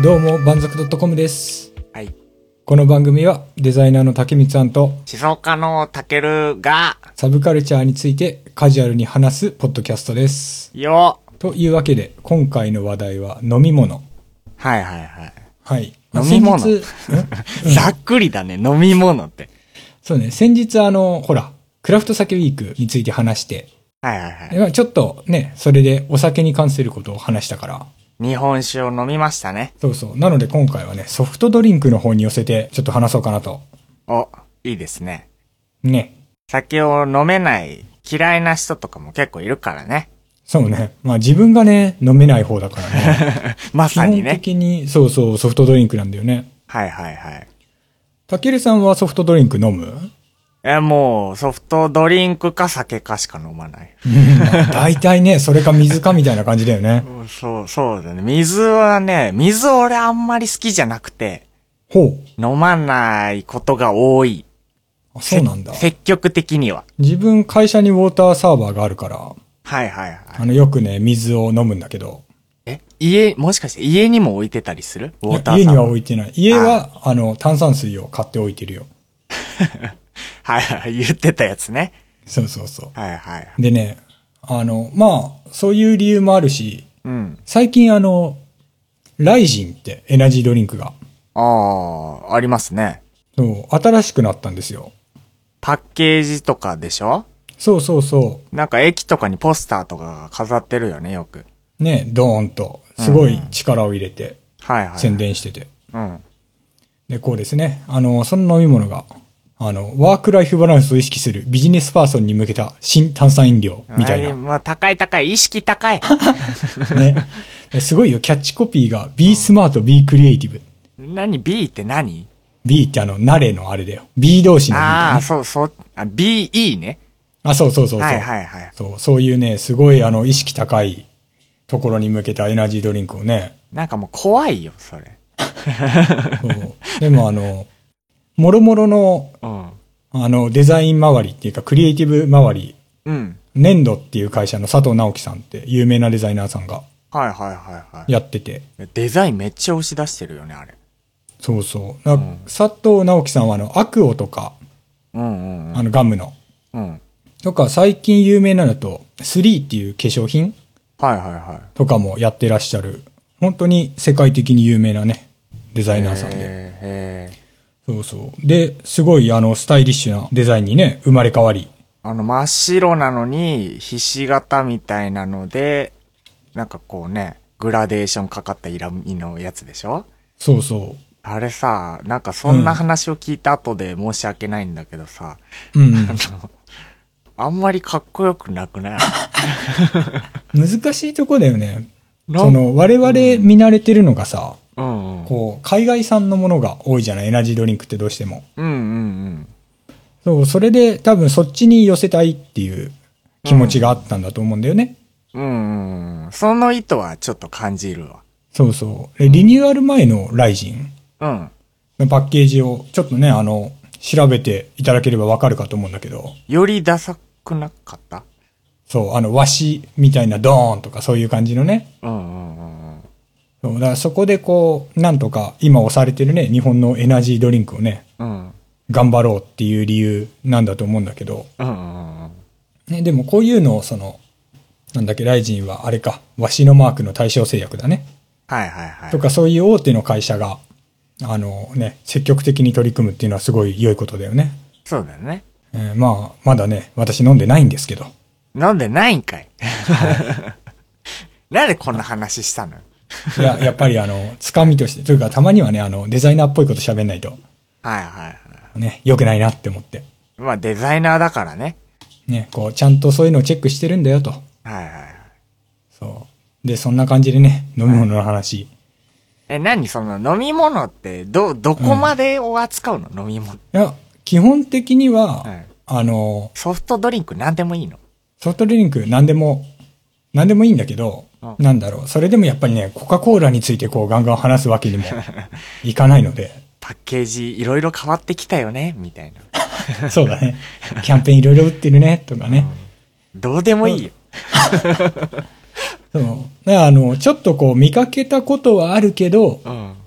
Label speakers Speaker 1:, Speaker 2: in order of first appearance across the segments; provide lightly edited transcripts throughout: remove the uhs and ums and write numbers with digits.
Speaker 1: どうも、万族 .com です。
Speaker 2: はい。
Speaker 1: この番組はデザイナーの竹光さんと
Speaker 2: 思想家のたけるが
Speaker 1: サブカルチャーについてカジュアルに話すポッドキャストです。
Speaker 2: よ。
Speaker 1: というわけで、今回の話題は飲み物。
Speaker 2: はいはいはい。
Speaker 1: はい。
Speaker 2: 飲み物ざっくりだね、飲み物って。
Speaker 1: そうね、先日ほら、クラフト酒ウィークについて話して、
Speaker 2: はいはいはい。
Speaker 1: ちょっとね、それでお酒に関することを話したから、
Speaker 2: 日本酒を飲みましたね。
Speaker 1: そうそう。なので今回はね、ソフトドリンクの方に寄せて、ちょっと話そうかなと。
Speaker 2: お、いいですね。
Speaker 1: ね。
Speaker 2: 酒を飲めない、嫌いな人とかも結構いるからね。
Speaker 1: そうね。まあ自分がね、飲めない方だからね。
Speaker 2: まさにね。
Speaker 1: 基本的に、そうそう、ソフトドリンクなんだよね。
Speaker 2: はいはいはい。
Speaker 1: たけるさんはソフトドリンク飲む？
Speaker 2: もう、ソフトドリンクか酒かしか飲まない。
Speaker 1: 大体ね、それか水かみたいな感じだよね。
Speaker 2: そうだね。水はね、水俺あんまり好きじゃなくて、
Speaker 1: ほう。
Speaker 2: 飲まないことが多い。
Speaker 1: あ、そうなんだ。
Speaker 2: 積極的には。
Speaker 1: 自分会社にウォーターサーバーがあるから、
Speaker 2: はいはいはい。
Speaker 1: よくね、水を飲むんだけど。
Speaker 2: もしかして家にも置いてたりする？ウォーターサーバー。
Speaker 1: 家には置いてない。家は、炭酸水を買って置いてるよ。
Speaker 2: はいはい、言ってたやつね。
Speaker 1: そうそうそう。
Speaker 2: はいはい。
Speaker 1: でね、まあ、そういう理由もあるし、
Speaker 2: うん。
Speaker 1: 最近ライジンってエナジードリンクが。
Speaker 2: ありますね。
Speaker 1: そう、新しくなったんですよ。
Speaker 2: パッケージとかでしょ？
Speaker 1: そうそうそ
Speaker 2: なんか駅とかにポスターとかが飾ってるよね、よく。
Speaker 1: う。ね、ドーンと、すごい力を入れて、
Speaker 2: はいはい。
Speaker 1: 宣伝してて。
Speaker 2: うん。
Speaker 1: で、こうですね。その飲み物が、ワークライフバランスを意識するビジネスパーソンに向けた新炭酸飲料みたいな。
Speaker 2: まあ、高い、意識高い。
Speaker 1: ね。すごいよ、キャッチコピーが Be Smart, Be Creative。
Speaker 2: 何 ?B って何？
Speaker 1: B って慣れのあれだよ。B 同士の B だね。
Speaker 2: ああ、そう、BE ね。
Speaker 1: そうそう。
Speaker 2: はいはいはい。
Speaker 1: そういうね、すごい意識高いところに向けたエナジードリンクをね。
Speaker 2: なんかもう怖いよ、それ。
Speaker 1: そうでももろもろの、デザイン周りっていうか、クリエイティブ周り、
Speaker 2: うん。
Speaker 1: 粘土っていう会社の佐藤直樹さんって有名なデザイナーさんが、
Speaker 2: はい。
Speaker 1: やってて。
Speaker 2: デザインめっちゃ押し出してるよね、あれ。
Speaker 1: そうそう。佐藤直樹さんはアクオとか、ガムの。
Speaker 2: うん。
Speaker 1: とか、最近有名なのだと、3っていう化粧品
Speaker 2: はい。
Speaker 1: とかもやってらっしゃる、本当に世界的に有名なね、デザイナーさんで。そうそう。で、すごいスタイリッシュなデザインにね、生まれ変わり。
Speaker 2: 真っ白なのに、ひし形みたいなので、なんかこうね、グラデーションかかった色味のやつでしょ？
Speaker 1: そうそう。
Speaker 2: あれさ、なんかそんな話を聞いた後で申し訳ないんだけどさ、あんまりかっこよくなくない？
Speaker 1: 難しいとこだよね。我々見慣れてるのがさ、こう、海外産のものが多いじゃない、エナジードリンクってどうしても。そう、それで多分そっちに寄せたいっていう気持ちがあったんだと思うんだよね。
Speaker 2: その意図はちょっと感じるわ。
Speaker 1: そうそう。リニューアル前のライジンのパッケージをちょっとね、調べていただければわかるかと思うんだけど。
Speaker 2: よりダサくなかった？
Speaker 1: そう、和紙みたいなドーンとかそういう感じのね。そう、だからそこでこう、なんとか今押されてるね、日本のエナジードリンクをね、頑張ろうっていう理由なんだと思うんだけど。ね、でもこういうのをなんだっけ、ライジンはあれか、和紙のマークの対象製薬だね。とかそういう大手の会社が、積極的に取り組むっていうのはすごい良いことだよね。
Speaker 2: そうだよね。
Speaker 1: まあ、まだね、私飲んでないんですけど。
Speaker 2: 飲んでないんかい。なんでこんな話したの？
Speaker 1: いや、やっぱりつかみとして、というかたまにはね、デザイナーっぽいこと喋んないと。ね、良くないなって思って。
Speaker 2: まあ、デザイナーだからね。
Speaker 1: ね、こう、ちゃんとそういうのをチェックしてるんだよと。そう。で、そんな感じでね、飲み物の話。
Speaker 2: 何その飲み物って、どこまでを扱うの、飲み物。い
Speaker 1: や、基本的には、
Speaker 2: ソフトドリンク何でもいいの？
Speaker 1: ソフトドリンク何でもいいんだけど、なんだろう、それでもやっぱりね、コカ・コーラについてこうガンガン話すわけにもいかないので。
Speaker 2: パッケージいろいろ変わってきたよね、みたい
Speaker 1: な。そうだね。キャンペーンいろいろ売ってるね、とかね。
Speaker 2: どうでもいいよ。
Speaker 1: そう。ちょっとこう見かけたことはあるけど、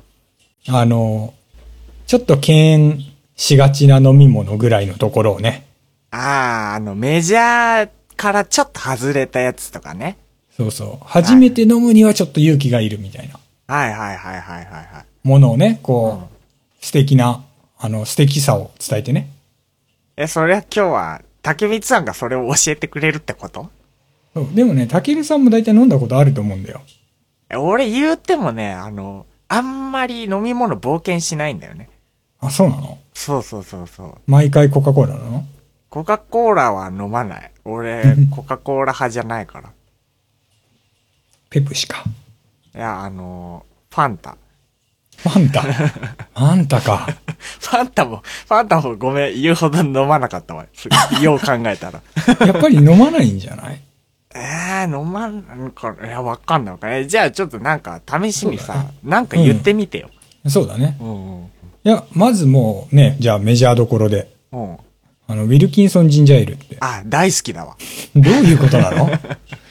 Speaker 1: ちょっと敬遠しがちな飲み物ぐらいのところをね。
Speaker 2: メジャーからちょっと外れたやつとかね。
Speaker 1: そうそう。初めて飲むにはちょっと勇気がいるみたいな。
Speaker 2: はいはいはいはいはいはい。
Speaker 1: ものをね、こう、素敵な、素敵さを伝えてね。
Speaker 2: それは今日は、竹光さんがそれを教えてくれるってこと？
Speaker 1: そう。でもね、竹光さんも大体飲んだことあると思うんだよ。
Speaker 2: 俺言うてもね、あんまり飲み物冒険しないんだよね。
Speaker 1: あ、そうなの？
Speaker 2: そうそうそうそう。
Speaker 1: 毎回コカ・コーラなの？
Speaker 2: コカ・コーラは飲まない。俺、コカ・コーラ派じゃないから。
Speaker 1: ペプシか。
Speaker 2: いや、ファンタ。
Speaker 1: ファンタ。ファンタか。
Speaker 2: ファンタもごめん、言うほど飲まなかったわ。よう考えたら。
Speaker 1: やっぱり飲まないんじゃない？
Speaker 2: 飲まんか、いや、わかんないわかんない。じゃあちょっとなんか、試しにさ、なんか言ってみてよ。
Speaker 1: そうだね。
Speaker 2: うんうん。
Speaker 1: いや、まずもうね、じゃあメジャーどころで。
Speaker 2: うん。
Speaker 1: ウィルキンソンジンジャーエールって。
Speaker 2: 大好きだわ。
Speaker 1: どういうことなの？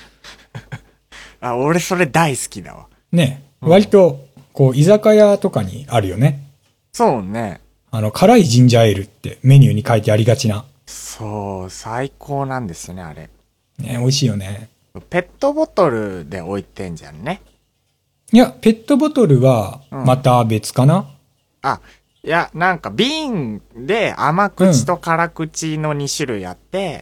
Speaker 2: 俺それ大好きだわ。
Speaker 1: ね、割と、こう、居酒屋とかにあるよね。
Speaker 2: そうね。
Speaker 1: 辛いジンジャーエールってメニューに書いてありがちな。
Speaker 2: そう、最高なんですよね、あれ。
Speaker 1: ね、美味しいよね。
Speaker 2: ペットボトルで置いてんじゃんね。
Speaker 1: いや、ペットボトルは、また別かな？
Speaker 2: いや、なんか瓶で甘口と辛口の2種類あって、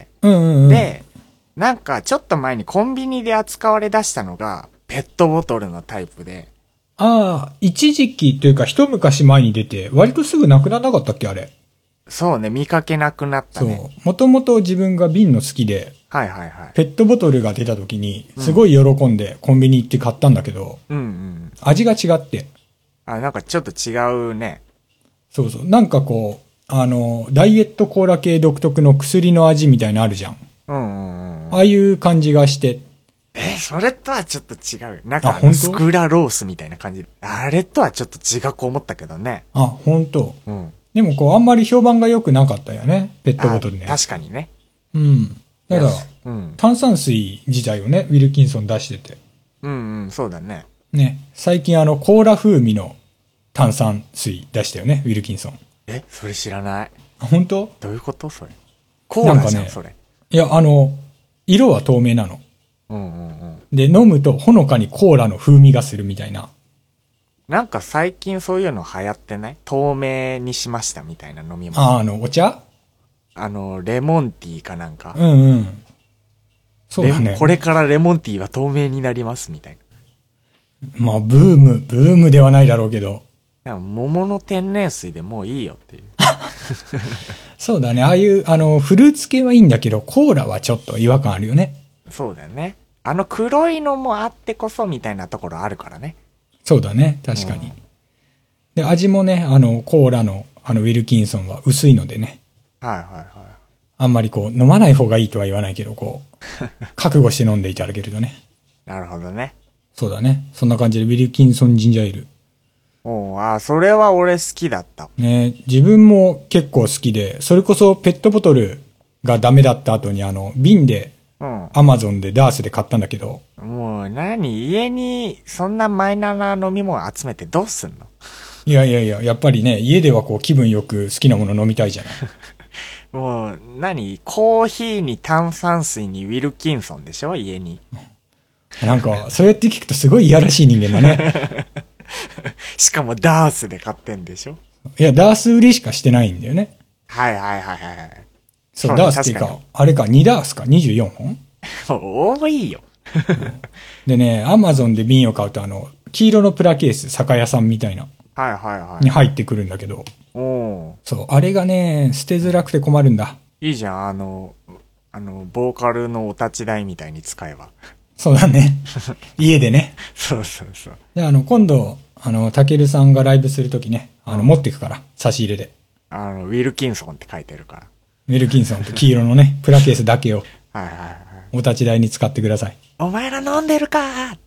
Speaker 2: で、なんかちょっと前にコンビニで扱われ出したのが、ペットボトルのタイプで。
Speaker 1: 一時期というか一昔前に出て、割とすぐなくならなかったっけ、あれ。
Speaker 2: そうね、見かけなくなったね。
Speaker 1: そう。もともと自分が瓶の好きで、
Speaker 2: はいはいはい。
Speaker 1: ペットボトルが出た時に、すごい喜んでコンビニ行って買ったんだけど、味が違って。
Speaker 2: なんかちょっと違うね。
Speaker 1: そうそう。なんかこう、ダイエットコーラ系独特の薬の味みたいなのあるじゃん。ああいう感じがして。
Speaker 2: それとはちょっと違うよ。なんかスクラロースみたいな感じ。あれとはちょっと違く思ったけどね。
Speaker 1: 本当。でもこう、あんまり評判が良くなかったよね。ペットボトルね。
Speaker 2: 確かにね。
Speaker 1: ただ、炭酸水自体をね、ウィルキンソン出してて。
Speaker 2: そうだね。
Speaker 1: ね、最近コーラ風味の炭酸水出したよね、ウィルキンソン。
Speaker 2: それ知らない。
Speaker 1: 本当？
Speaker 2: どういうことそれ。コーラじゃん、それ。
Speaker 1: いや、色は透明なの。で、飲むとほのかにコーラの風味がするみたいな。
Speaker 2: なんか最近そういうの流行ってない？透明にしましたみたいな飲み物。
Speaker 1: お茶？
Speaker 2: レモンティーかなんか。
Speaker 1: そうだね。
Speaker 2: これからレモンティーは透明になりますみたい
Speaker 1: な。まあ、ブームではないだろうけど。
Speaker 2: 桃の天然水でもういいよっていう。
Speaker 1: そうだね。ああいう、フルーツ系はいいんだけど、コーラはちょっと違和感あるよね。
Speaker 2: そうだよね。黒いのもあってこそみたいなところあるからね。
Speaker 1: そうだね。確かに。で、味もね、コーラの、ウィルキンソンは薄いのでね。あんまりこう、飲まない方がいいとは言わないけど、こう、覚悟して飲んでいただけるとね。
Speaker 2: なるほどね。
Speaker 1: そうだね。そんな感じで、ウィルキンソンジンジャーエール。
Speaker 2: それは俺好きだった。
Speaker 1: ね、自分も結構好きで、それこそペットボトルがダメだった後に瓶で、アマゾンでダースで買ったんだけど。
Speaker 2: もう家にそんなマイナーな飲み物集めてどうすんの？
Speaker 1: いや、やっぱりね、家ではこう気分よく好きなもの飲みたいじゃない。
Speaker 2: もうコーヒーに炭酸水にウィルキンソンでしょ家に。
Speaker 1: なんか、そうやって聞くとすごいいやらしい人間だね。
Speaker 2: しかもダースで買ってんでしょ？
Speaker 1: いや、ダース売りしかしてないんだよね。
Speaker 2: はい。
Speaker 1: そう、ダースっていうか、あれか、2ダースか、24本？
Speaker 2: 多いよ。
Speaker 1: でね、アマゾンで瓶を買うと黄色のプラケース、酒屋さんみたいな。に入ってくるんだけど。そう、あれがね、捨てづらくて困るんだ。
Speaker 2: いいじゃん、ボーカルのお立ち台みたいに使えば。
Speaker 1: そうだね。家でね。
Speaker 2: そう。
Speaker 1: で、今度、たけるさんがライブするときね、持っていくから、差し入れで。
Speaker 2: ウィルキンソンって書いてるから。
Speaker 1: ウィルキンソンと黄色のね、プラケースだけを。お立ち台に使ってください。
Speaker 2: お前ら飲んでるかー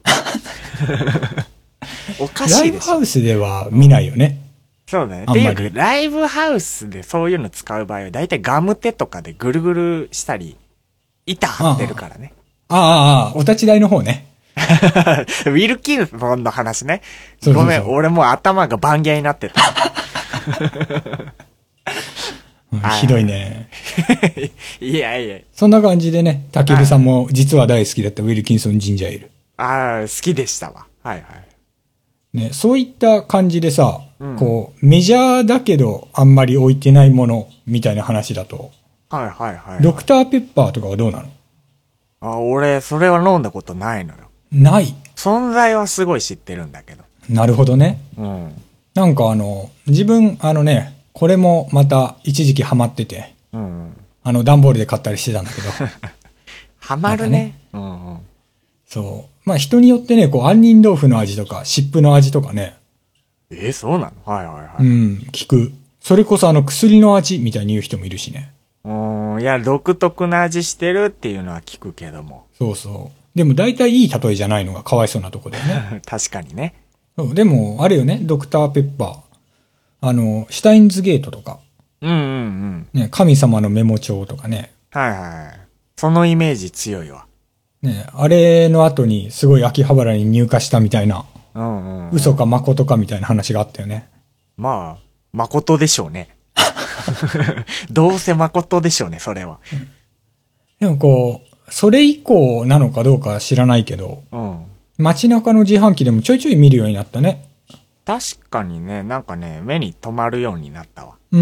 Speaker 2: おかしいでしょ。
Speaker 1: ライブハウスでは見ないよね。
Speaker 2: そうだね。っていうか、ライブハウスでそういうの使う場合は、だいたいガムテとかでぐるぐるしたり、板張ってるからね。
Speaker 1: お立ち台の方ね。
Speaker 2: ウィルキンソンの話ね。
Speaker 1: そうそうそう
Speaker 2: ごめん、俺もう頭がバンギャになってた。
Speaker 1: ひどいね。
Speaker 2: いやいや。
Speaker 1: そんな感じでね、たけるさんも実は大好きだったウィルキンソンジンジャーエール。
Speaker 2: ああ、好きでしたわ。はいはい。
Speaker 1: ね、そういった感じでさ、
Speaker 2: うん、
Speaker 1: こう、メジャーだけどあんまり置いてないものみたいな話だと、
Speaker 2: はいはいはい、
Speaker 1: ドクターペッパーとかはどうなの？
Speaker 2: 俺、それは飲んだことないのよ。
Speaker 1: ない。
Speaker 2: 存在はすごい知ってるんだけど。
Speaker 1: なるほどね。
Speaker 2: うん。
Speaker 1: なんか自分、これもまた一時期ハマってて、
Speaker 2: うん。
Speaker 1: 段ボールで買ったりしてたんだけど。
Speaker 2: ハマるね。うんうん。
Speaker 1: そう。まあ人によってね、こう、杏仁豆腐の味とか、湿布の味とかね。
Speaker 2: そうなの？はいはいはい。
Speaker 1: うん、聞く。それこそ薬の味みたいに言う人もいるしね。
Speaker 2: いや、独特な味してるっていうのは聞くけども。
Speaker 1: そうそう。でも大体いい例えじゃないのがかわいそうなとこだよね。
Speaker 2: 確かにね。
Speaker 1: そう、でも、あれよね、ドクターペッパー。シュタインズゲートとか。
Speaker 2: うんうんうん。
Speaker 1: ね、神様のメモ帳とかね。
Speaker 2: はいはい。そのイメージ強いわ。
Speaker 1: ね、あれの後にすごい秋葉原に入荷したみたいな。
Speaker 2: うんうん、うん。
Speaker 1: 嘘か誠かみたいな話があったよね。
Speaker 2: まあ、誠でしょうね。どうせ誠でしょうね、それは。
Speaker 1: でもこう、それ以降なのかどうか知らないけど、
Speaker 2: うん。
Speaker 1: 街中の自販機でもちょいちょい見るようになったね。
Speaker 2: 確かにね、なんかね、目に留まるようになったわ。
Speaker 1: うん。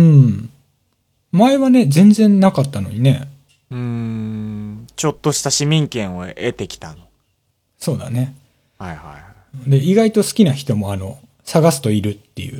Speaker 1: 前はね、全然なかったのにね。
Speaker 2: ちょっとした市民権を得てきたの。
Speaker 1: そうだね。
Speaker 2: はいはい。
Speaker 1: で、意外と好きな人も探すといるっていう。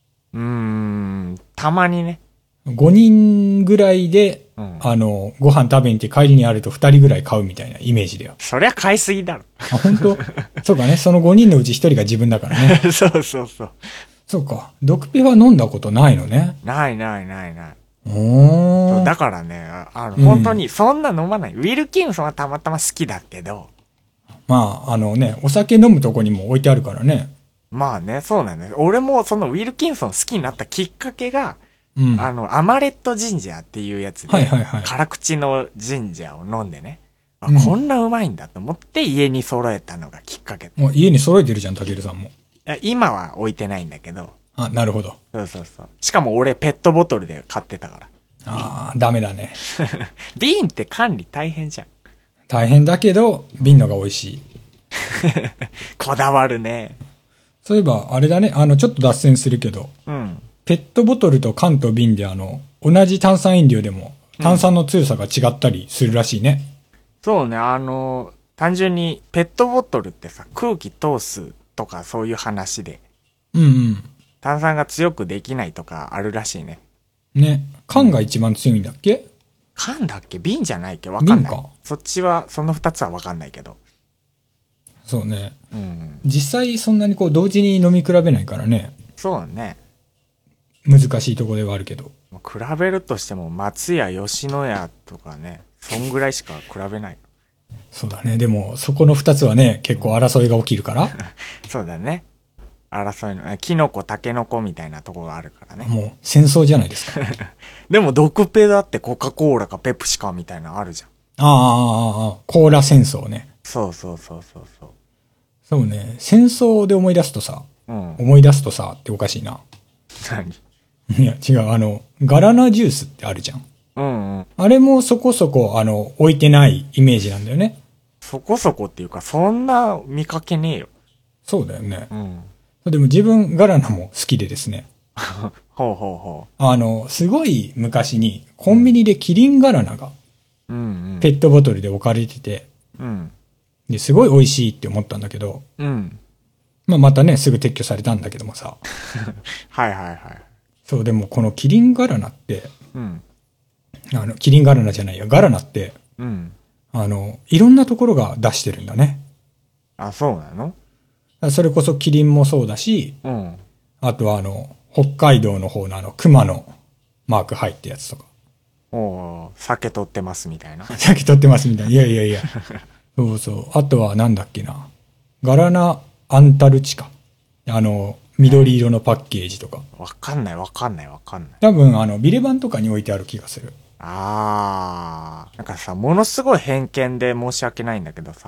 Speaker 2: たまにね。
Speaker 1: 5人ぐらいで、
Speaker 2: うん、
Speaker 1: ご飯食べに行って帰りにあると2人ぐらい買うみたいなイメージだよ。
Speaker 2: そりゃ買いすぎだろ。
Speaker 1: あ、本当？そうかね。その5人のうち1人が自分だからね。
Speaker 2: そうそうそう。
Speaker 1: そうか。ドクペは飲んだことないのね。
Speaker 2: ないないないない。
Speaker 1: おー。
Speaker 2: だからね、本当にそんな飲まない。ウィルキンソンはたまたま好きだけど。
Speaker 1: まあ、お酒飲むとこにも置いてあるからね。
Speaker 2: まあね、そうなんだよ。俺もそのウィルキンソン好きになったきっかけが、
Speaker 1: うん、
Speaker 2: アマレットジンジャーっていうやつで、
Speaker 1: はいはいはい、
Speaker 2: 辛口のジンジャーを飲んでね、こんなうまいんだと思って家に揃えたのがきっかけ。
Speaker 1: もう家に揃えてるじゃん、たけるさんも。
Speaker 2: 今は置いてないんだけど。
Speaker 1: あ、なるほど。
Speaker 2: そうそうそう。しかも俺ペットボトルで買ってたから。
Speaker 1: ああ、ダメだね。
Speaker 2: 瓶って管理大変じゃん。
Speaker 1: 大変だけど、瓶のが美味しい。
Speaker 2: こだわるね。
Speaker 1: そういえば、あれだね、ちょっと脱線するけど、
Speaker 2: うん。
Speaker 1: ペットボトルと缶と瓶で同じ炭酸飲料でも、炭酸の強さが違ったりするらしいね。
Speaker 2: そうね、単純にペットボトルってさ、空気通すとかそういう話で。
Speaker 1: うんうん。
Speaker 2: 炭酸が強くできないとかあるらしいね。
Speaker 1: ね。缶が一番強いんだっけ？
Speaker 2: 缶だっけ？瓶じゃないっけ？わかんない。
Speaker 1: 瓶か。
Speaker 2: そっちは、その二つはわかんないけど。
Speaker 1: そうね。
Speaker 2: うん。
Speaker 1: 実際そんなにこう同時に飲み比べないからね。
Speaker 2: そうね。
Speaker 1: 難しいところではあるけど。
Speaker 2: 比べるとしても松屋吉野家とかね、そんぐらいしか比べない。
Speaker 1: そうだね。でも、そこの二つはね、結構争いが起きるから。
Speaker 2: そうだね。争いの、キノコ、タケノコみたいなとこがあるからね。
Speaker 1: もう、戦争じゃないですか。
Speaker 2: でも、ドクペだってコカ・コーラかペプシかみたいなのあるじゃん。
Speaker 1: ああ、コーラ戦争ね。
Speaker 2: そうそうそうそうそう。
Speaker 1: そうね。戦争で思い出すとさ、
Speaker 2: うん。
Speaker 1: 思い出すとさっておかしいな。
Speaker 2: 何？
Speaker 1: いや、違う。ガラナジュースってあるじゃん。
Speaker 2: うんうん。
Speaker 1: あれもそこそこ、置いてないイメージなんだよね。
Speaker 2: そこそこっていうか、そんな見かけねえよ。
Speaker 1: そうだよね。
Speaker 2: うん。
Speaker 1: でも自分、ガラナも好きでですね。
Speaker 2: ほうほうほう。
Speaker 1: すごい昔に、コンビニでキリンガラナが、
Speaker 2: うんうん。
Speaker 1: ペットボトルで置かれてて、
Speaker 2: うん。
Speaker 1: で、すごい美味しいって思ったんだけど、
Speaker 2: うん。
Speaker 1: まあまたね、すぐ撤去されたんだけどもさ。
Speaker 2: はいはいはい。
Speaker 1: そう、でもこのキリンガラナって、
Speaker 2: うん。
Speaker 1: キリンガラナじゃないよ。ガラナって、
Speaker 2: うん。
Speaker 1: いろんなところが出してるんだね。
Speaker 2: あ、そうなの？
Speaker 1: それこそキリンもそうだし、
Speaker 2: うん。
Speaker 1: あとは北海道の方の熊のマーク入ったやつとか。
Speaker 2: おー、酒取ってますみたいな。
Speaker 1: 酒取ってますみたいな。いやいやいや。そうそう。あとはなんだっけな。ガラナアンタルチカ。緑色のパッケージとか。
Speaker 2: わかんないわかんないわかんない。
Speaker 1: 多分ビレバンとかに置いてある気がする。
Speaker 2: なんかさ、ものすごい偏見で申し訳ないんだけどさ、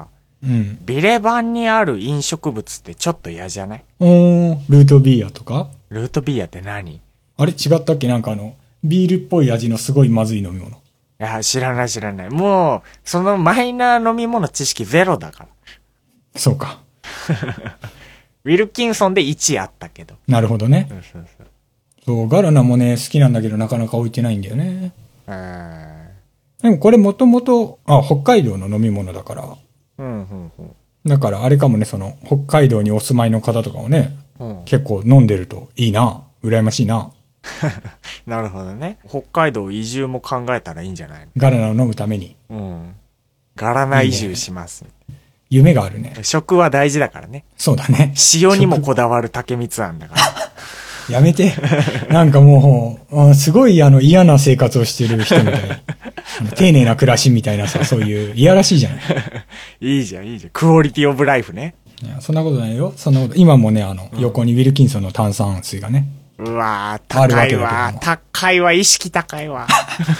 Speaker 1: うん。
Speaker 2: ビレバンにある飲食物ってちょっと嫌じゃない？
Speaker 1: ルートビアとか？
Speaker 2: ルートビアって何？
Speaker 1: あれ違ったっけ？なんかビールっぽい味のすごいまずい飲み物。い
Speaker 2: や、知らない。もう、そのマイナー飲み物知識ゼロだから。
Speaker 1: そうか。
Speaker 2: ウィルキンソンで1あったけど。
Speaker 1: なるほどね。
Speaker 2: そう
Speaker 1: そう、ガラナもね、好きなんだけどなかなか置いてないんだよね。でもこれもともと、北海道の飲み物だから。だからあれかもね、北海道にお住まいの方とかもね、結構飲んでるといいな。羨ましいな。
Speaker 2: なるほどね。北海道移住も考えたらいいんじゃないの？
Speaker 1: ガラナを飲むために。
Speaker 2: ガラナ移住します。いいね、
Speaker 1: 夢があるね。
Speaker 2: 食は大事だからね。
Speaker 1: そうだね。
Speaker 2: 塩にもこだわる竹光庵だから。
Speaker 1: やめて。なんかもう、すごい嫌な生活をしてる人みたい。丁寧な暮らしみたいなさ、そういう嫌らしいじゃない。
Speaker 2: いいじゃん。クオリティオブライフね。
Speaker 1: いや、そんなことないよ。そんなこと。今もね、横にウィルキンソンの炭酸水がね。
Speaker 2: うわー、高いわ。高いわ、意識高いわ。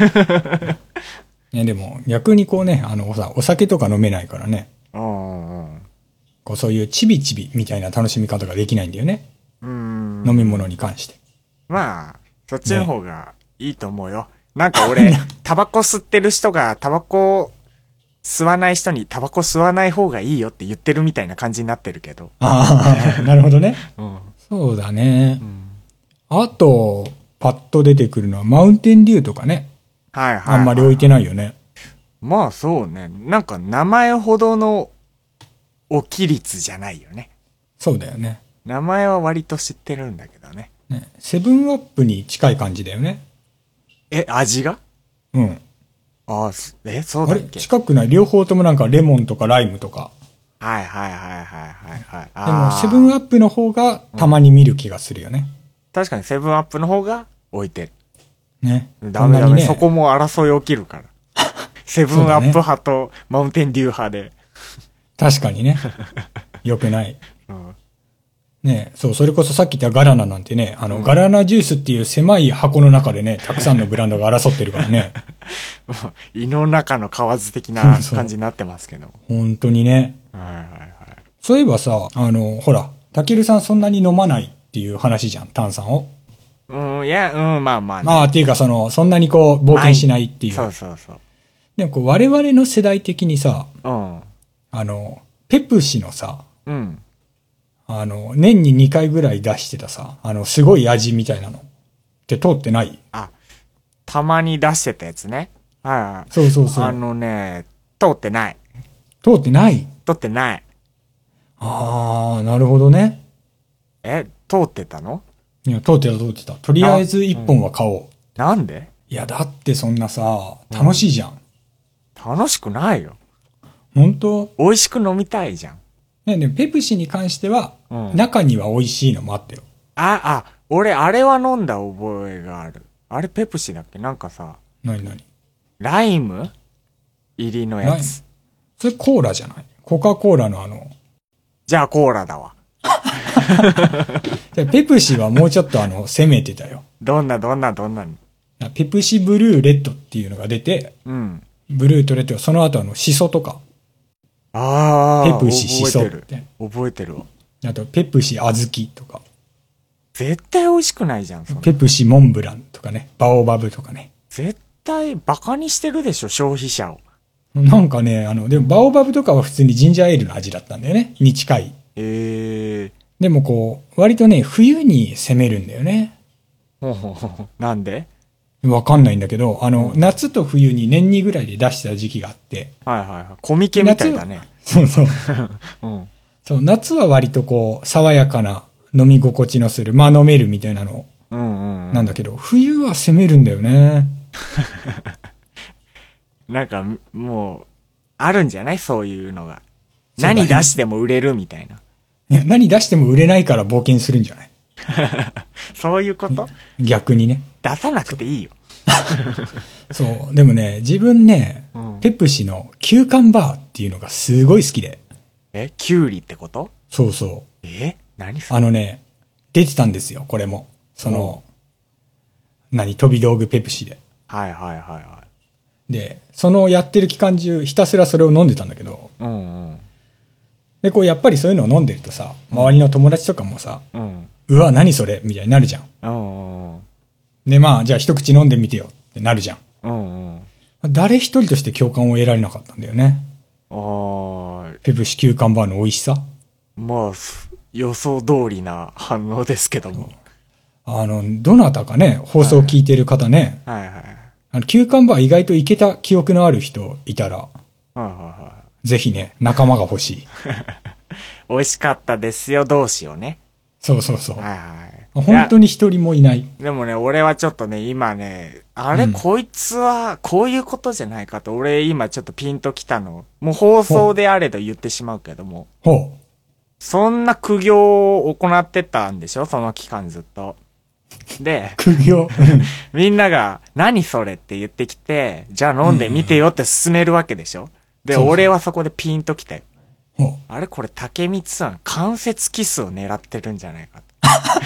Speaker 1: ね、でも、逆にこうね、お酒とか飲めないからね。こう、そういうチビチビみたいな楽しみ方ができないんだよね。飲み物に関して。
Speaker 2: まあ、そっちの方がいいと思うよ。なんか俺、タバコ吸ってる人がタバコ吸わない人にタバコ吸わない方がいいよって言ってるみたいな感じになってるけど。
Speaker 1: ああ、なるほどね。そうだね。あと、パッと出てくるのはマウンテンデューとかね。あんまり置いてないよね。
Speaker 2: まあそうね。なんか名前ほどの置き率じゃないよね。
Speaker 1: そうだよね。
Speaker 2: 名前は割と知ってるんだけどね。
Speaker 1: セブンアップに近い感じだよね。
Speaker 2: 味が？
Speaker 1: うん。
Speaker 2: ああ、そうだっけ？
Speaker 1: あれ近くない？両方ともなんかレモンとかライムとか。
Speaker 2: はい。
Speaker 1: でもセブンアップの方がたまに見る気がするよね。
Speaker 2: 確かにセブンアップの方が置いてる。
Speaker 1: ね。
Speaker 2: ダメ、ね、そこも争い起きるから。セブンアップ派とマウンテンデュー派で。
Speaker 1: 確かにね。良くない。ね、そう、それこそさっき言ったガラナなんてね、ガラナジュースっていう狭い箱の中でね、たくさんのブランドが争ってるからね。
Speaker 2: 胃の中の蛙的な感じになってますけど。
Speaker 1: 本当にね。そういえばさ、ほら、たけるさんそんなに飲まないっていう話じゃん、炭酸を。
Speaker 2: いや、まあまあ、ね。
Speaker 1: まあ、っていうかそんなにこう、冒険しないっていう。
Speaker 2: そう。
Speaker 1: でもこう、我々の世代的にさ、ペプシのさ、年に2回ぐらい出してたさ、すごい味みたいなのって通ってない？
Speaker 2: たまに出してたやつね。はい。
Speaker 1: そう。通
Speaker 2: ってない。
Speaker 1: 通ってない？
Speaker 2: 通ってない。
Speaker 1: ああ、なるほどね。
Speaker 2: 通ってたの？
Speaker 1: いや、通ってた。とりあえず1本は買おう。
Speaker 2: なんで？
Speaker 1: いや、だってそんなさ、楽しいじゃん。
Speaker 2: 楽しくないよ。
Speaker 1: 本当？
Speaker 2: 美味しく飲みたいじゃん。
Speaker 1: ね、でもペプシに関しては、中には美味しいのもあったよ。
Speaker 2: 俺、あれは飲んだ覚えがある。あれペプシだっけ？なんかさ。
Speaker 1: 何？
Speaker 2: ライム入りのやつ。
Speaker 1: それコーラじゃない？コカ・コーラの
Speaker 2: じゃあコーラだわ。
Speaker 1: ペプシはもうちょっと攻めてたよ。
Speaker 2: どんなに？
Speaker 1: ペプシブルーレッドっていうのが出て、ブルーとレッド、その後シソとか。ペプシシソって。
Speaker 2: 覚えてるわ。
Speaker 1: あと、ペプシ小豆とか。
Speaker 2: 絶対美味しくないじゃん、
Speaker 1: ペプシモンブランとかね。バオバブとかね。
Speaker 2: 絶対バカにしてるでしょ、消費者を。
Speaker 1: なんかね、でもバオバブとかは普通にジンジャーエールの味だったんだよね。に近い。でもこう、割とね、冬に攻めるんだよね。
Speaker 2: なんで？
Speaker 1: わかんないんだけど、夏と冬に年にぐらいで出してた時期があって。
Speaker 2: コミケみたいだね。
Speaker 1: そう。そう、夏は割とこう、爽やかな飲み心地のする、まあ飲めるみたいなの。なんだけど、冬は攻めるんだよね。
Speaker 2: なんか、もう、あるんじゃない？そういうのが。何出しても売れるみたいな。
Speaker 1: いや、何出しても売れないから冒険するんじゃない？
Speaker 2: そういうこと？
Speaker 1: 逆にね。
Speaker 2: 出さなくていいよ。
Speaker 1: そう。でもね、自分ね、ペプシのキューカンバーっていうのがすごい好きで。
Speaker 2: キュウリってこと？
Speaker 1: そうそう。
Speaker 2: 何それ？
Speaker 1: 出てたんですよ、これも。飛び道具ペプシで。で、やってる期間中、ひたすらそれを飲んでたんだけど、 で、こうやっぱりそういうのを飲んでるとさ、周りの友達とかもさ、うわ、何それみたいになるじゃん。で、まあ、じゃあ一口飲んでみてよってなるじゃん。誰一人として共感を得られなかったんだよね。ペプシキューカンバーの美味しさ。
Speaker 2: まあ、予想通りな反応ですけども。
Speaker 1: どなたかね、放送を聞いてる方ね、キューカンバー意外といけた記憶のある人いたら、ぜひね、仲間が欲しい。
Speaker 2: 美味しかったですよ、同士をね。
Speaker 1: そうそうそう。本当に一人もいない。
Speaker 2: でもね、俺はちょっとね、今ね、こいつは、こういうことじゃないかと、俺今ちょっとピンときたの。もう放送であれと言ってしまうけども。そんな苦行を行ってたんでしょその期間ずっと。で、
Speaker 1: 苦行
Speaker 2: みんなが、何それって言ってきて、じゃあ飲んでみてよって勧めるわけでしょで、俺はそこでピンときたよ。あれこれ竹光さん、関節キスを狙ってるんじゃないかと。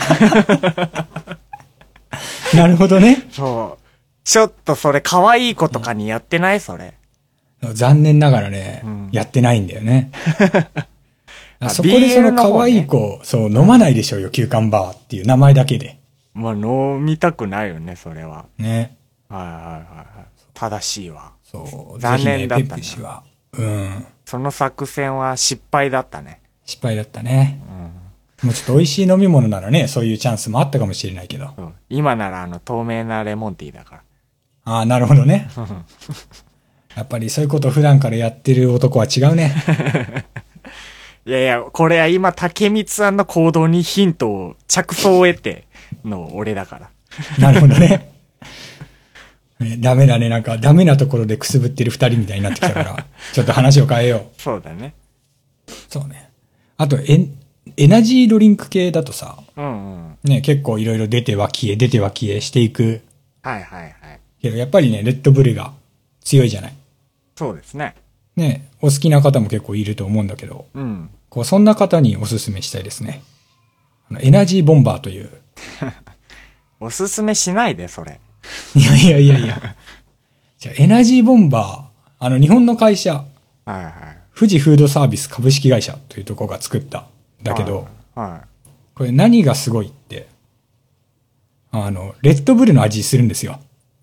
Speaker 1: なるほどね。
Speaker 2: そう。ちょっとそれ可愛い子とかにやってないそれ。
Speaker 1: 残念ながらね、やってないんだよね。そこでその可愛い子、そう、飲まないでしょうよ、キューカンバーっていう名前だけで。
Speaker 2: まあ、飲みたくないよね、それは。
Speaker 1: ね。
Speaker 2: 正しいわ。
Speaker 1: そう。
Speaker 2: 残念だったね。その作戦は失敗だったね。
Speaker 1: 失敗だったね。もうちょっと美味しい飲み物ならね、そういうチャンスもあったかもしれないけど。
Speaker 2: 今なら透明なレモンティーだから。
Speaker 1: ああ、なるほどね。やっぱりそういうことを普段からやってる男は違うね。
Speaker 2: いやいや、これは今、竹光さんの行動にヒントを、着想を得ての俺だから。
Speaker 1: なるほどね。ダメだね。なんか、ダメなところでくすぶってる二人みたいになってきたから、ちょっと話を変えよう。
Speaker 2: そうだね。
Speaker 1: そうね。あと、エナジードリンク系だとさ、ね、結構いろいろ出ては消え、出ては消えしていく。けど、やっぱりね、レッドブルが強いじゃない。
Speaker 2: そうですね。
Speaker 1: ね、お好きな方も結構いると思うんだけど、こうそんな方におすすめしたいですね。エナジーボンバーという。
Speaker 2: おすすめしないで、それ。
Speaker 1: いや。じゃあ、エナジーボンバー、日本の会社、富士フードサービス株式会社というところが作った。だけど、これ何がすごいって、レッドブルの味するんですよ。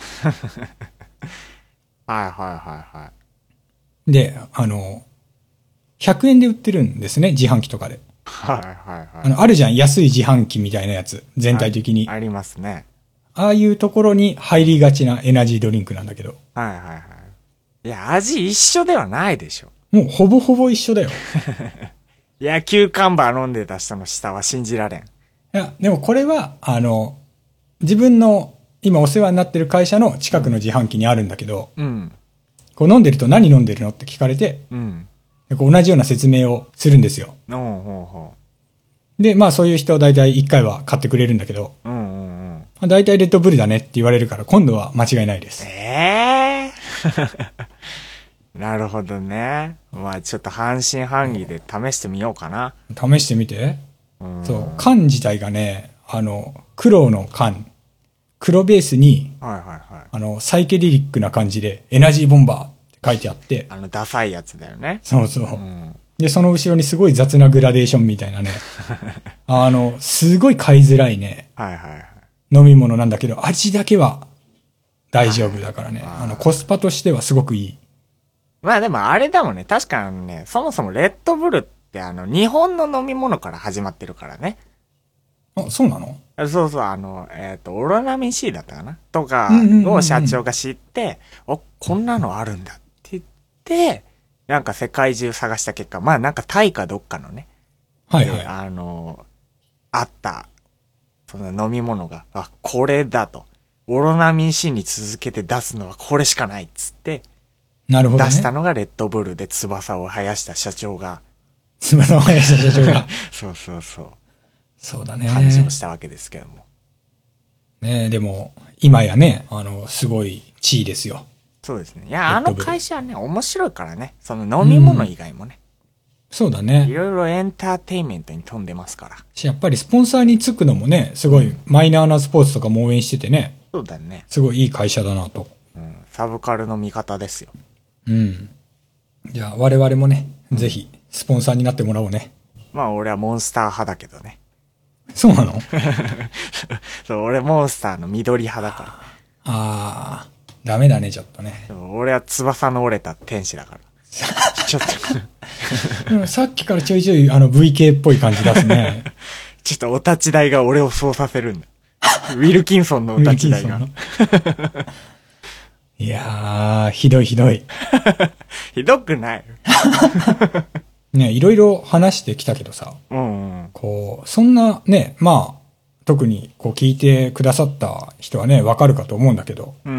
Speaker 1: で、100円で売ってるんですね、自販機とかで。あるじゃん、安い自販機みたいなやつ、全体的に。
Speaker 2: ありますね。
Speaker 1: ああいうところに入りがちなエナジードリンクなんだけど。
Speaker 2: いや、味一緒ではないでしょ。
Speaker 1: もうほぼほぼ一緒だよ。
Speaker 2: 野球カンバー飲んでた人の下は信じられん。い
Speaker 1: や、でもこれは、自分の今お世話になってる会社の近くの自販機にあるんだけど、こう飲んでると何飲んでるのって聞かれて、こう同じような説明をするんですよ。で、まあそういう人は大体1回は買ってくれるんだけど、大体レッドブルだねって言われるから今度は間違いないです。
Speaker 2: なるほどね。まあちょっと半信半疑で試してみようかな。
Speaker 1: 試してみて。そう、缶自体がね、黒の缶、黒ベースに、サイケデリックな感じで、エナジーボンバーって書いてあって。
Speaker 2: ダサいやつだよね。
Speaker 1: そうそう。で、その後ろにすごい雑なグラデーションみたいなね。すごい買いづらいね。飲み物なんだけど、味だけは大丈夫だからね。コスパとしてはすごくいい。
Speaker 2: まあでもあれだもんね。確かにね、そもそもレッドブルって日本の飲み物から始まってるからね。
Speaker 1: あ、そうなの？
Speaker 2: そうそう、オロナミン C だったかなとかを社長が知って、こんなのあるんだって言って、なんか世界中探した結果、まあなんかタイかどっかのね。あった、その飲み物が、これだと。オロナミン C に続けて出すのはこれしかないっつって、
Speaker 1: なるほどね。
Speaker 2: 出したのがレッドブルで翼を生やした社長が。
Speaker 1: 翼を生やした社長が。
Speaker 2: そうそうそう。
Speaker 1: そうだね。
Speaker 2: 感じをしたわけですけども。
Speaker 1: ねえ、でも、今やね、すごい地位ですよ。
Speaker 2: そうですね。いや、会社はね、面白いからね。その飲み物以外もね。
Speaker 1: そうだね。
Speaker 2: いろいろエンターテインメントに富んでますから。
Speaker 1: やっぱりスポンサーにつくのもね、すごいマイナーなスポーツとかも応援しててね。
Speaker 2: そうだね。
Speaker 1: すごいいい会社だなと。
Speaker 2: サブカルの味方ですよ。
Speaker 1: じゃあ我々もね、ぜひスポンサーになってもらおうね。
Speaker 2: まあ俺はモンスター派だけどね。
Speaker 1: そうなの？
Speaker 2: そう、俺モンスターの緑派だから。
Speaker 1: あー、ダメだね、ちょっとね。
Speaker 2: 俺は翼の折れた天使だから。ちょっ
Speaker 1: と。さっきからちょいちょいVK っぽい感じ出すね。
Speaker 2: ちょっとお立ち台が俺をそうさせるんだ。ウィルキンソンのお立ち台が。
Speaker 1: いやー、ひどいひどい。
Speaker 2: ひどくない。
Speaker 1: ね、いろいろ話してきたけどさ。
Speaker 2: うんうん。
Speaker 1: こう、そんなね、まあ、特にこう聞いてくださった人はね、わかるかと思うんだけど。
Speaker 2: うんうん。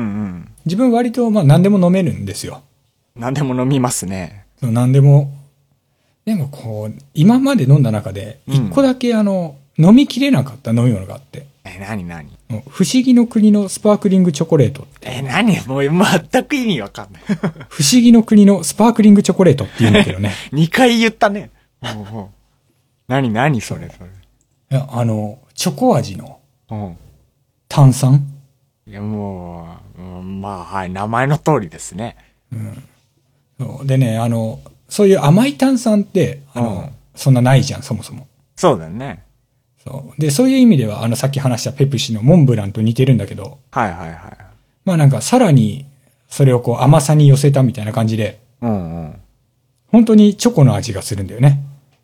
Speaker 1: 自分割とまあ何でも飲めるんですよ。
Speaker 2: 何でも飲みますね。
Speaker 1: そう、何でも。でもこう、今まで飲んだ中で、一個だけ飲みきれなかった飲み物があって。
Speaker 2: 何
Speaker 1: 不思議の国のスパークリングチョコレートって。
Speaker 2: 何もう全く意味わかんない。
Speaker 1: 不思議の国のスパークリングチョコレートって言うんだけどね。
Speaker 2: 2回言ったね。何それ。い
Speaker 1: や、チョコ味の炭酸。
Speaker 2: いや、もう、まあ、はい、名前の通りですね。
Speaker 1: うん。そうでね、そういう甘い炭酸って、そんなないじゃん、そもそも。
Speaker 2: そうだね。
Speaker 1: そう。で、そういう意味では、さっき話したペプシのモンブランと似てるんだけど。
Speaker 2: はいはいはい。
Speaker 1: まあなんか、さらに、それをこう、甘さに寄せたみたいな感じで。
Speaker 2: うんうん。
Speaker 1: 本当にチョコの味がするんだよね。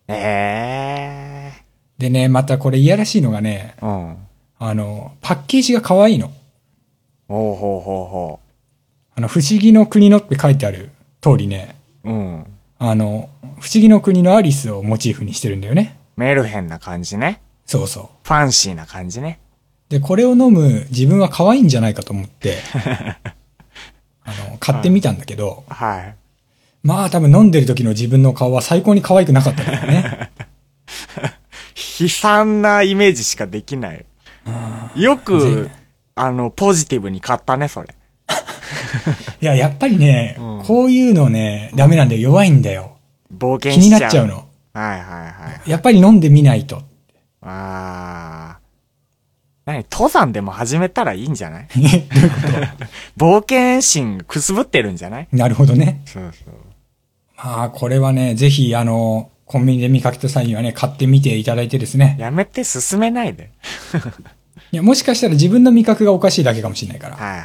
Speaker 1: でね、またこれいやらしいのがね、
Speaker 2: うん。
Speaker 1: パッケージが可愛いの。
Speaker 2: ほう。
Speaker 1: 不思議の国のって書いてある通りね。
Speaker 2: うん。
Speaker 1: 不思議の国のアリスをモチーフにしてるんだよね。
Speaker 2: メルヘンな感じね。
Speaker 1: そうそう。
Speaker 2: ファンシーな感じね。
Speaker 1: で、これを飲む自分は可愛いんじゃないかと思って、買ってみたんだけど、
Speaker 2: はい。
Speaker 1: まあ多分飲んでる時の自分の顔は最高に可愛くなかったからね。
Speaker 2: 悲惨なイメージしかできない。よく、ポジティブに買ったね、それ。
Speaker 1: いや、やっぱりね、こういうのね、ダメなんだよ。弱いんだよ。
Speaker 2: 冒険しちゃう。
Speaker 1: 気になっちゃうの。
Speaker 2: はい。
Speaker 1: やっぱり飲んでみないと。
Speaker 2: 登山でも始めたらいいんじゃない？
Speaker 1: どういうこと
Speaker 2: 冒険心くすぶってるんじゃない？
Speaker 1: なるほどね。
Speaker 2: そう。
Speaker 1: まあ、これはね、ぜひ、コンビニで見かけた際にはね、買ってみていただいてですね。
Speaker 2: やめて進めないで。
Speaker 1: いや、もしかしたら自分の味覚がおかしいだけかもしれないから。
Speaker 2: はい。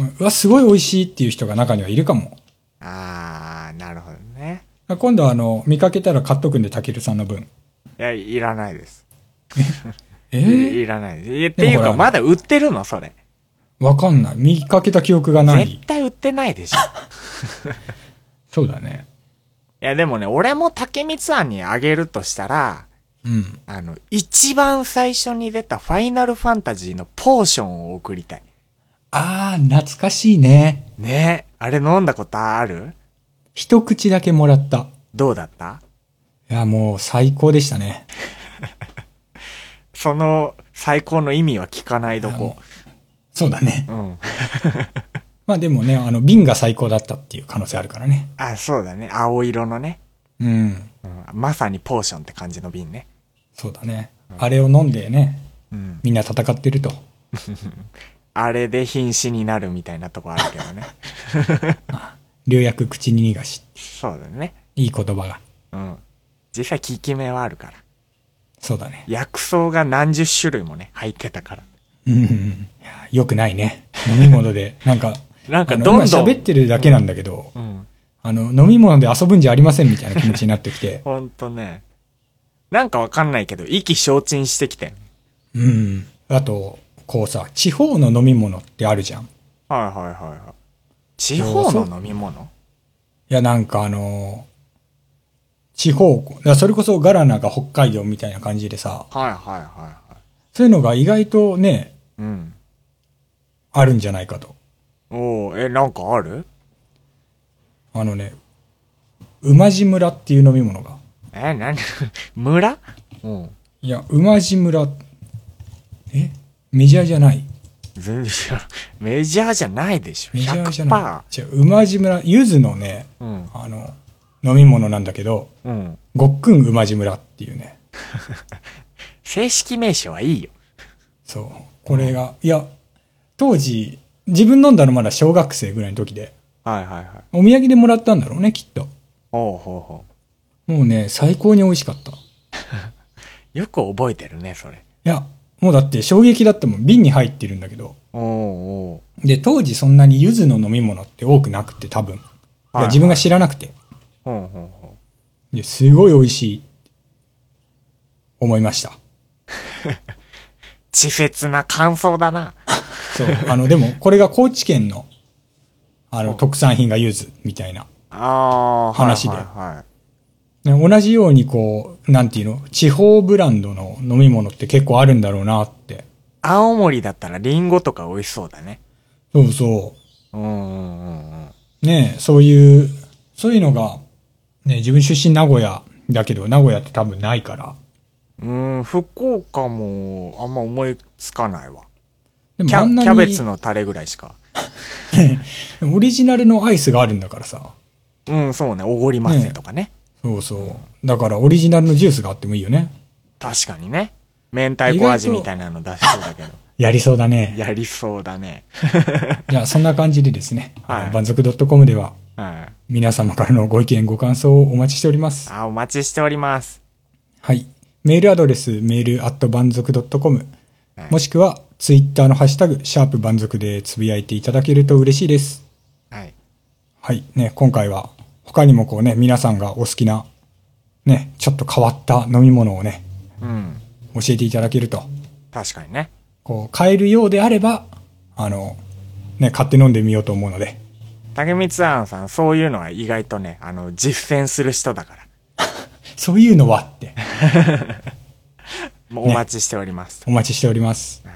Speaker 1: うわ、すごい美味しいっていう人が中にはいるかも。
Speaker 2: なるほどね。
Speaker 1: 今度は見かけたら買っとくんで、たけるさんの分。
Speaker 2: いや、いらないです。
Speaker 1: い
Speaker 2: らないです。っていうか、まだ売ってるのそれ。
Speaker 1: わかんない。見かけた記憶がない。
Speaker 2: 絶対売ってないでしょ。
Speaker 1: そうだね。
Speaker 2: いや、でもね、俺も竹光庵にあげるとしたら、
Speaker 1: うん。
Speaker 2: 一番最初に出たファイナルファンタジーのポーションを送りたい。
Speaker 1: 懐かしいね。
Speaker 2: ねえ、あれ飲んだことある？
Speaker 1: 一口だけもらった。
Speaker 2: どうだった？
Speaker 1: いや、もう最高でしたね。
Speaker 2: その最高の意味は聞かないどこ。
Speaker 1: そうだね。
Speaker 2: うん。
Speaker 1: まあでもね、瓶が最高だったっていう可能性あるからね。
Speaker 2: そうだね。青色のね。
Speaker 1: うん。
Speaker 2: まさにポーションって感じの瓶ね。
Speaker 1: そうだね。あれを飲んでね、みんな戦ってると。
Speaker 2: あれで瀕死になるみたいなとこあるけどね。
Speaker 1: 良薬口に逃がし。
Speaker 2: そうだね。
Speaker 1: いい言葉が。
Speaker 2: 実際効き目はあるから。
Speaker 1: そうだね。
Speaker 2: 薬草が何十種類もね、入ってたから。
Speaker 1: よくないね。飲み物で。なんか
Speaker 2: どんどん。
Speaker 1: 喋ってるだけなんだけど、飲み物で遊ぶんじゃありませんみたいな気持ちになってきて。
Speaker 2: ほんとね。なんかわかんないけど、意気消沈してきて。
Speaker 1: あと、こうさ、地方の飲み物ってあるじゃん。
Speaker 2: はい。地方の飲み物？
Speaker 1: いや、なんか地方、それこそガラナが北海道みたいな感じでさ。
Speaker 2: はい。
Speaker 1: そういうのが意外とね、あるんじゃないかと。
Speaker 2: なんかある？
Speaker 1: 馬路村っていう飲み物が。
Speaker 2: 村？
Speaker 1: いや、馬路村、メジャーじゃない。
Speaker 2: 全然メジャーじゃないでしょ。
Speaker 1: メジャーじゃない。
Speaker 2: 100%。
Speaker 1: 馬路村、柚子のね、飲み物なんだけど、ごっくん馬路村っていうね。
Speaker 2: 正式名称はいいよ。
Speaker 1: そう。これが、いや、当時、自分飲んだのまだ小学生ぐらいの時で。
Speaker 2: はい。
Speaker 1: お土産でもらったんだろうね、きっと。 もうね、最高に美味しかった。
Speaker 2: よく覚えてるね、それ。
Speaker 1: いや、もうだって衝撃だったもん。瓶に入ってるんだけど。
Speaker 2: おうお
Speaker 1: う。で、当時そんなに柚子の飲み物って多くなくて多分。いや、自分が知らなくて。
Speaker 2: ほうほうほ
Speaker 1: う。で、すごい美味しい。思いました。
Speaker 2: 稚拙な感想だな。
Speaker 1: そう。でも、これが高知県の、特産品が柚子みたいな話で。同じようにこう、なんていうの、地方ブランドの飲み物って結構あるんだろうなって。
Speaker 2: 青森だったらリンゴとか美味しそうだね。
Speaker 1: そうそう。ねえ、そういうのが、ね、自分出身名古屋だけど、名古屋って多分ないから。
Speaker 2: 福岡もあんま思いつかないわ。
Speaker 1: でも
Speaker 2: キャベツのタレぐらいしか。
Speaker 1: オリジナルのアイスがあるんだからさ。
Speaker 2: そうね。おごりませとかね。
Speaker 1: そうそう。だからオリジナルのジュースがあってもいいよね。
Speaker 2: 確かにね。明太子味みたいなの出しそうだけど。
Speaker 1: やりそうだね。
Speaker 2: やりそうだね。
Speaker 1: じゃあそんな感じでですね。万族 .com では、皆様からのご意見ご感想をお待ちしております。
Speaker 2: お待ちしております。
Speaker 1: はい。メールアドレス、メール万族 .com、もしくはツイッターのハッシュタグ、シャープ万族でつぶやいていただけると嬉しいです。
Speaker 2: はい。
Speaker 1: はい。ね、今回は他にもこうね、皆さんがお好きな、ね、ちょっと変わった飲み物をね、教えていただけると。
Speaker 2: 確かにね。
Speaker 1: こう、買えるようであれば、ね、買って飲んでみようと思うので。
Speaker 2: 竹光庵さん、そういうのは意外とね、実践する人だから。
Speaker 1: そういうのはって。
Speaker 2: もうお待ちしております。
Speaker 1: お待ちしております。
Speaker 2: はい。